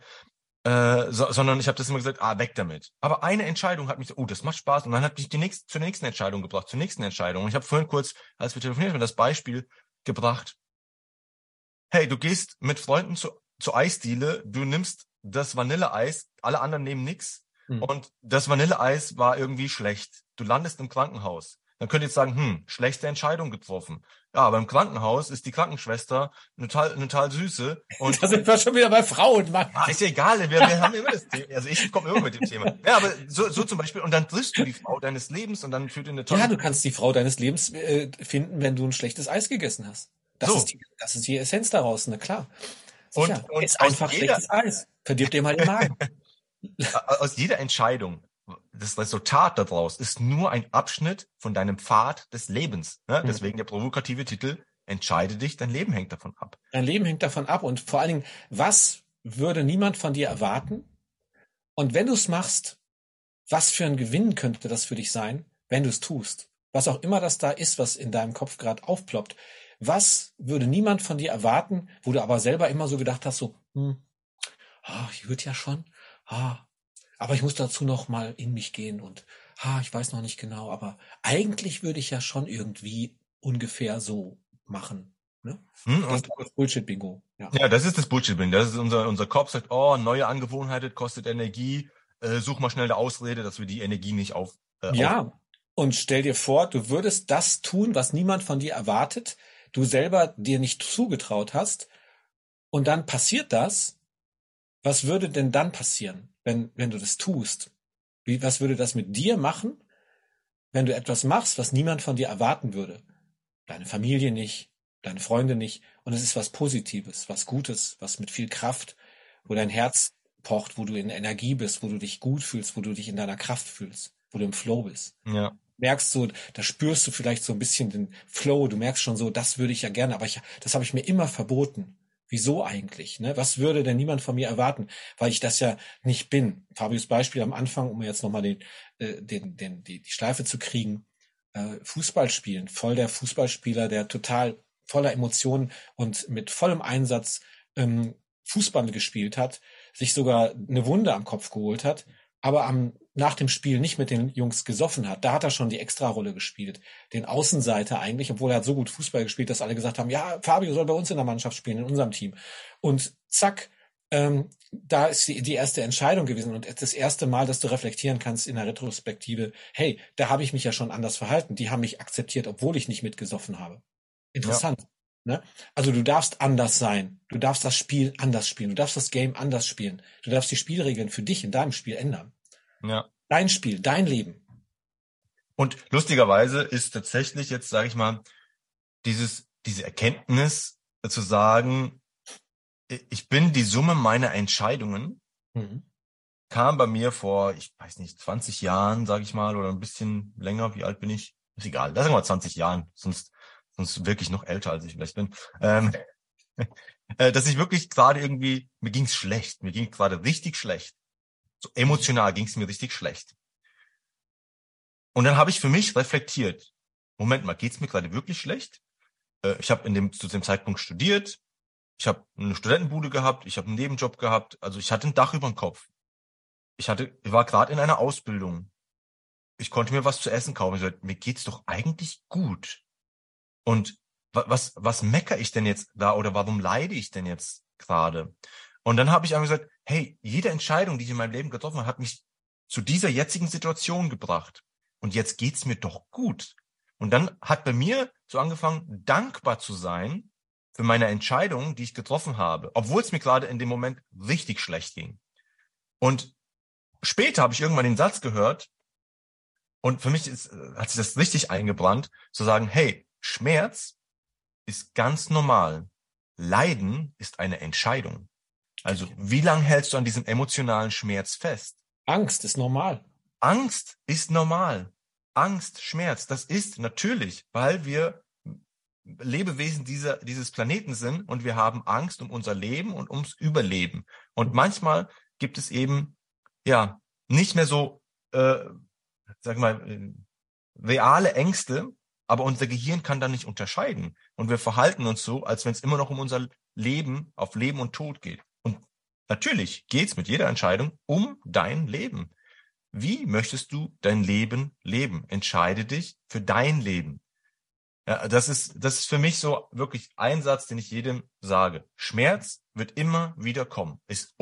sondern ich habe das immer gesagt, weg damit. Aber eine Entscheidung hat mich so, das macht Spaß. Und dann hat mich zur nächsten Entscheidung gebracht, zur nächsten Entscheidung. Und ich habe vorhin kurz, als wir telefoniert haben, das Beispiel gebracht. Hey, du gehst mit Freunden zur Eisdiele, du nimmst das Vanilleeis, alle anderen nehmen nix. Und das Vanilleeis war irgendwie schlecht. Du landest im Krankenhaus. Dann könnt ihr jetzt sagen, schlechte Entscheidung getroffen. Ja, aber im Krankenhaus ist die Krankenschwester eine total süße. Und da sind wir schon wieder bei Frauen, Mann. Ist ja egal, wir haben immer das Thema. Also ich komme immer mit dem Thema. Ja, aber so zum Beispiel, und dann triffst du die Frau deines Lebens und dann führt ihr eine tolle... Ja, du kannst die Frau deines Lebens finden, wenn du ein schlechtes Eis gegessen hast. Das ist die Essenz daraus, na klar. Sicher. Und ist einfach schlechtes Eis. Verdirbt dir mal den Magen. Aus jeder Entscheidung, das Resultat daraus ist nur ein Abschnitt von deinem Pfad des Lebens. Ne? Deswegen der provokative Titel, entscheide dich, dein Leben hängt davon ab. Dein Leben hängt davon ab und vor allen Dingen, was würde niemand von dir erwarten? Und wenn du es machst, was für ein Gewinn könnte das für dich sein, wenn du es tust? Was auch immer das da ist, was in deinem Kopf gerade aufploppt. Was würde niemand von dir erwarten, wo du aber selber immer so gedacht hast, so, ich würde ja schon, aber ich muss dazu noch mal in mich gehen und ich weiß noch nicht genau, aber eigentlich würde ich ja schon irgendwie ungefähr so machen. Ne? Das ist das Bullshit-Bingo. Ja, das ist das Bullshit-Bingo. Das ist unser Kopf sagt, neue Angewohnheiten kostet Energie, such mal schnell eine Ausrede, dass wir die Energie nicht und stell dir vor, du würdest das tun, was niemand von dir erwartet, du selber dir nicht zugetraut hast und dann passiert das. Was würde denn dann passieren, wenn du das tust? Was würde das mit dir machen, wenn du etwas machst, was niemand von dir erwarten würde? Deine Familie nicht, deine Freunde nicht. Und es ist was Positives, was Gutes, was mit viel Kraft, wo dein Herz pocht, wo du in Energie bist, wo du dich gut fühlst, wo du dich in deiner Kraft fühlst, wo du im Flow bist. Ja. Merkst so, da spürst du vielleicht so ein bisschen den Flow. Du merkst schon so, das würde ich ja gerne, aber das habe ich mir immer verboten. Wieso eigentlich? Ne? Was würde denn niemand von mir erwarten? Weil ich das ja nicht bin. Fabius Beispiel am Anfang, um jetzt nochmal die Schleife zu kriegen. Fußball spielen. Voll der Fußballspieler, der total voller Emotionen und mit vollem Einsatz Fußball gespielt hat, sich sogar eine Wunde am Kopf geholt hat aber nach dem Spiel nicht mit den Jungs gesoffen hat, da hat er schon die Extrarolle gespielt. Den Außenseiter eigentlich, obwohl er hat so gut Fußball gespielt, dass alle gesagt haben, ja, Fabio soll bei uns in der Mannschaft spielen, in unserem Team. Und zack, da ist die erste Entscheidung gewesen und das erste Mal, dass du reflektieren kannst in der Retrospektive, hey, da habe ich mich ja schon anders verhalten. Die haben mich akzeptiert, obwohl ich nicht mitgesoffen habe. Interessant. Ja. Ne? Also du darfst anders sein. Du darfst das Spiel anders spielen. Du darfst das Game anders spielen. Du darfst die Spielregeln für dich in deinem Spiel ändern. Ja. Dein Spiel, dein Leben. Und lustigerweise ist tatsächlich jetzt, sage ich mal, diese Erkenntnis zu sagen, ich bin die Summe meiner Entscheidungen, kam bei mir vor, ich weiß nicht, 20 Jahren, sage ich mal, oder ein bisschen länger. Wie alt bin ich? Ist egal. Lass mal 20 Jahren, sonst wirklich noch älter, als ich vielleicht bin. Dass ich wirklich gerade irgendwie, mir ging's schlecht. Mir ging gerade richtig schlecht. So emotional ging's mir richtig schlecht. Und dann habe ich für mich reflektiert. Moment mal, geht's mir gerade wirklich schlecht? Ich habe zu dem Zeitpunkt studiert. Ich habe eine Studentenbude gehabt. Ich habe einen Nebenjob gehabt. Also ich hatte ein Dach über dem Kopf. Ich war gerade in einer Ausbildung. Ich konnte mir was zu essen kaufen. Ich sagte, mir geht's doch eigentlich gut. Und was meckere ich denn jetzt da oder warum leide ich denn jetzt gerade? Und dann habe ich einfach gesagt, hey, jede Entscheidung, die ich in meinem Leben getroffen habe, hat mich zu dieser jetzigen Situation gebracht. Und jetzt geht's mir doch gut. Und dann hat bei mir so angefangen, dankbar zu sein für meine Entscheidungen, die ich getroffen habe, obwohl es mir gerade in dem Moment richtig schlecht ging. Und später habe ich irgendwann den Satz gehört und für mich hat sich das richtig eingebrannt, zu sagen, hey, Schmerz ist ganz normal. Leiden ist eine Entscheidung. Also wie lange hältst du an diesem emotionalen Schmerz fest? Angst ist normal. Angst ist normal. Angst, Schmerz, das ist natürlich, weil wir Lebewesen dieses Planeten sind und wir haben Angst um unser Leben und ums Überleben. Und manchmal gibt es eben, ja, nicht mehr so, sag mal, reale Ängste, aber unser Gehirn kann da nicht unterscheiden. Und wir verhalten uns so, als wenn es immer noch um unser Leben, auf Leben und Tod geht. Und natürlich geht's mit jeder Entscheidung um dein Leben. Wie möchtest du dein Leben leben? Entscheide dich für dein Leben. Ja, das ist für mich so wirklich ein Satz, den ich jedem sage. Schmerz wird immer wieder kommen.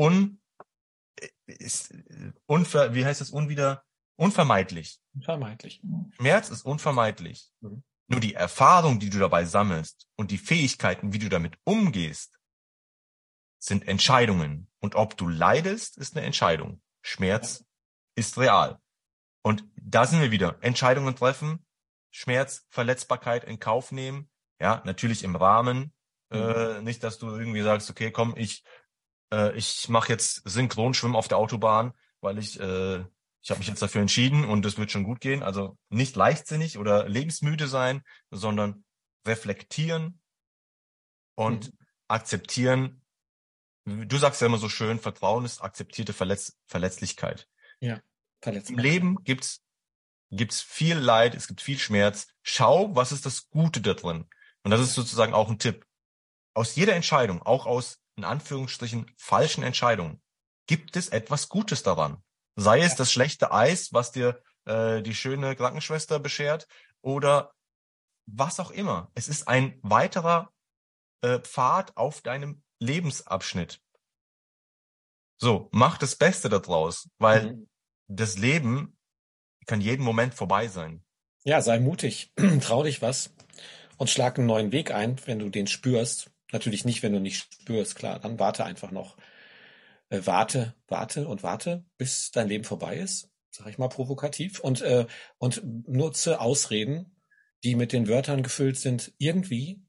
Wie heißt das? Unvermeidlich. Unvermeidlich. Schmerz ist unvermeidlich. Nur die Erfahrung, die du dabei sammelst und die Fähigkeiten, wie du damit umgehst, sind Entscheidungen. Und ob du leidest, ist eine Entscheidung. Schmerz ist real. Und da sind wir wieder. Entscheidungen treffen, Schmerz, Verletzbarkeit in Kauf nehmen. Ja, natürlich im Rahmen. Nicht, dass du irgendwie sagst, okay, komm, ich mache jetzt Synchronschwimmen auf der Autobahn, weil ich habe mich jetzt dafür entschieden und es wird schon gut gehen. Also nicht leichtsinnig oder lebensmüde sein, sondern reflektieren und akzeptieren. Du sagst ja immer so schön, Vertrauen ist akzeptierte Verletzlichkeit. Ja, Im Leben gibt's viel Leid, es gibt viel Schmerz. Schau, was ist das Gute da drin? Und das ist sozusagen auch ein Tipp. Aus jeder Entscheidung, auch aus in Anführungsstrichen falschen Entscheidungen, gibt es etwas Gutes daran. Sei es das schlechte Eis, was dir die schöne Krankenschwester beschert, oder was auch immer. Es ist ein weiterer Pfad auf deinem Lebensabschnitt. So, mach das Beste daraus, weil das Leben kann jeden Moment vorbei sein. Ja, sei mutig, trau dich was und schlag einen neuen Weg ein, wenn du den spürst. Natürlich nicht, wenn du nicht spürst, klar, dann warte einfach noch. Warte, bis dein Leben vorbei ist, sag ich mal provokativ, und nutze Ausreden, die mit den Wörtern gefüllt sind, irgendwie,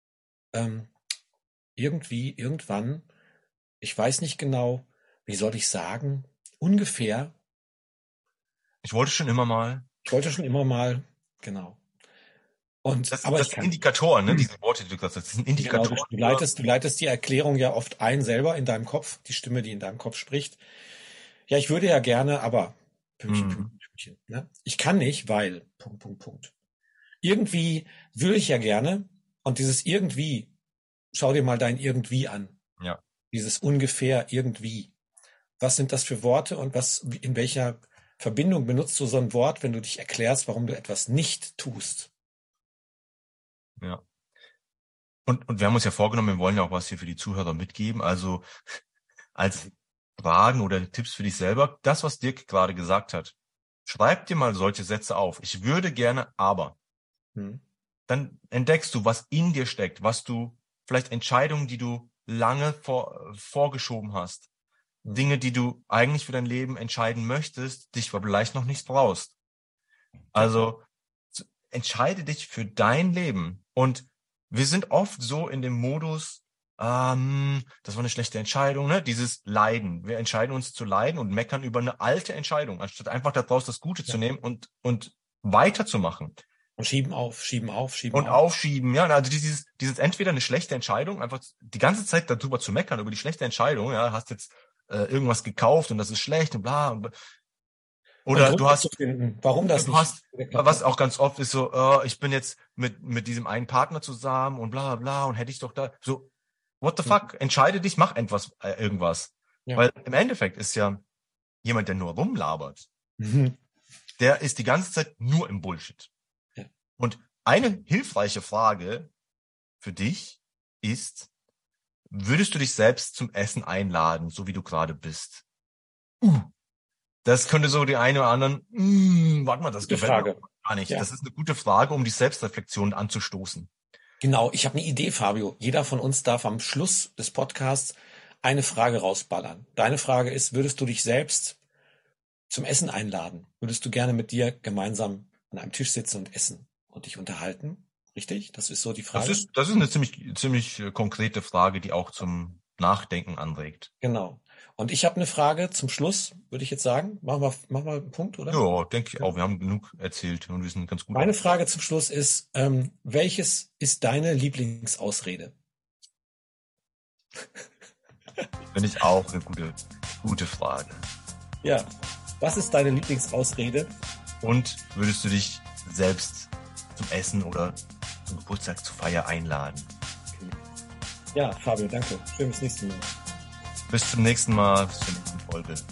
irgendwann, ich weiß nicht genau, wie soll ich sagen, ungefähr. Ich wollte schon immer mal, genau. Und, das aber ich sind kann. Indikatoren, ne? Diese Worte, die du gesagt hast, das sind Indikatoren. Genau, du leitest die Erklärung ja oft ein selber in deinem Kopf, die Stimme, die in deinem Kopf spricht. Ja, ich würde ja gerne, aber Pünktchen, ne? Ich kann nicht, weil Punkt. Irgendwie will ich ja gerne und dieses irgendwie, schau dir mal dein irgendwie an. Ja. Dieses ungefähr irgendwie. was sind das für Worte und in welcher Verbindung benutzt du so ein Wort, wenn du dich erklärst, warum du etwas nicht tust? Ja. Und wir haben uns ja vorgenommen, wir wollen ja auch was hier für die Zuhörer mitgeben. Also als Fragen oder Tipps für dich selber, das, was Dirk gerade gesagt hat. Schreib dir mal solche Sätze auf. Ich würde gerne, aber. Dann entdeckst du, was in dir steckt, was du, vielleicht Entscheidungen, die du lange vorgeschoben hast. Dinge, die du eigentlich für dein Leben entscheiden möchtest, dich aber vielleicht noch nicht brauchst. Also entscheide dich für dein Leben. Und wir sind oft so in dem Modus, das war eine schlechte Entscheidung, ne? Dieses Leiden. Wir entscheiden uns zu leiden und meckern über eine alte Entscheidung, anstatt einfach daraus das Gute zu nehmen und weiterzumachen. Und schieben auf. Und aufschieben, ja. Also dieses entweder eine schlechte Entscheidung, einfach die ganze Zeit darüber zu meckern, über die schlechte Entscheidung, ja, hast jetzt irgendwas gekauft und das ist schlecht und bla. Oder du hast, warum das du hast, was auch ganz oft ist so, ich bin jetzt mit diesem einen Partner zusammen und bla bla und hätte ich doch da, so, what the fuck, entscheide dich, mach irgendwas. Ja. Weil im Endeffekt ist ja jemand, der nur rumlabert, der ist die ganze Zeit nur im Bullshit. Ja. Und eine hilfreiche Frage für dich ist, würdest du dich selbst zum Essen einladen, so wie du gerade bist? Das könnte so die eine oder anderen, warte mal, das gefällt mir gar nicht. Ja. Das ist eine gute Frage, um die Selbstreflexion anzustoßen. Genau, ich habe eine Idee, Fabio. Jeder von uns darf am Schluss des Podcasts eine Frage rausballern. Deine Frage ist, würdest du dich selbst zum Essen einladen? Würdest du gerne mit dir gemeinsam an einem Tisch sitzen und essen und dich unterhalten? Richtig? Das ist so die Frage. Das ist eine ziemlich konkrete Frage, die auch zum Nachdenken anregt. Genau. Und ich habe eine Frage zum Schluss, würde ich jetzt sagen. Machen wir einen Punkt, oder? Ja, denke ich auch. Wir haben genug erzählt und wir sind ganz gut. Meine Frage zum Schluss ist, welches ist deine Lieblingsausrede? Finde ich auch eine gute Frage. Ja. Was ist deine Lieblingsausrede? Und würdest du dich selbst zum Essen oder zum Geburtstag zur Feier einladen? Okay. Ja, Fabio, danke. Schön bis nächsten Mal. Bis zum nächsten Mal, bis zur nächsten Folge.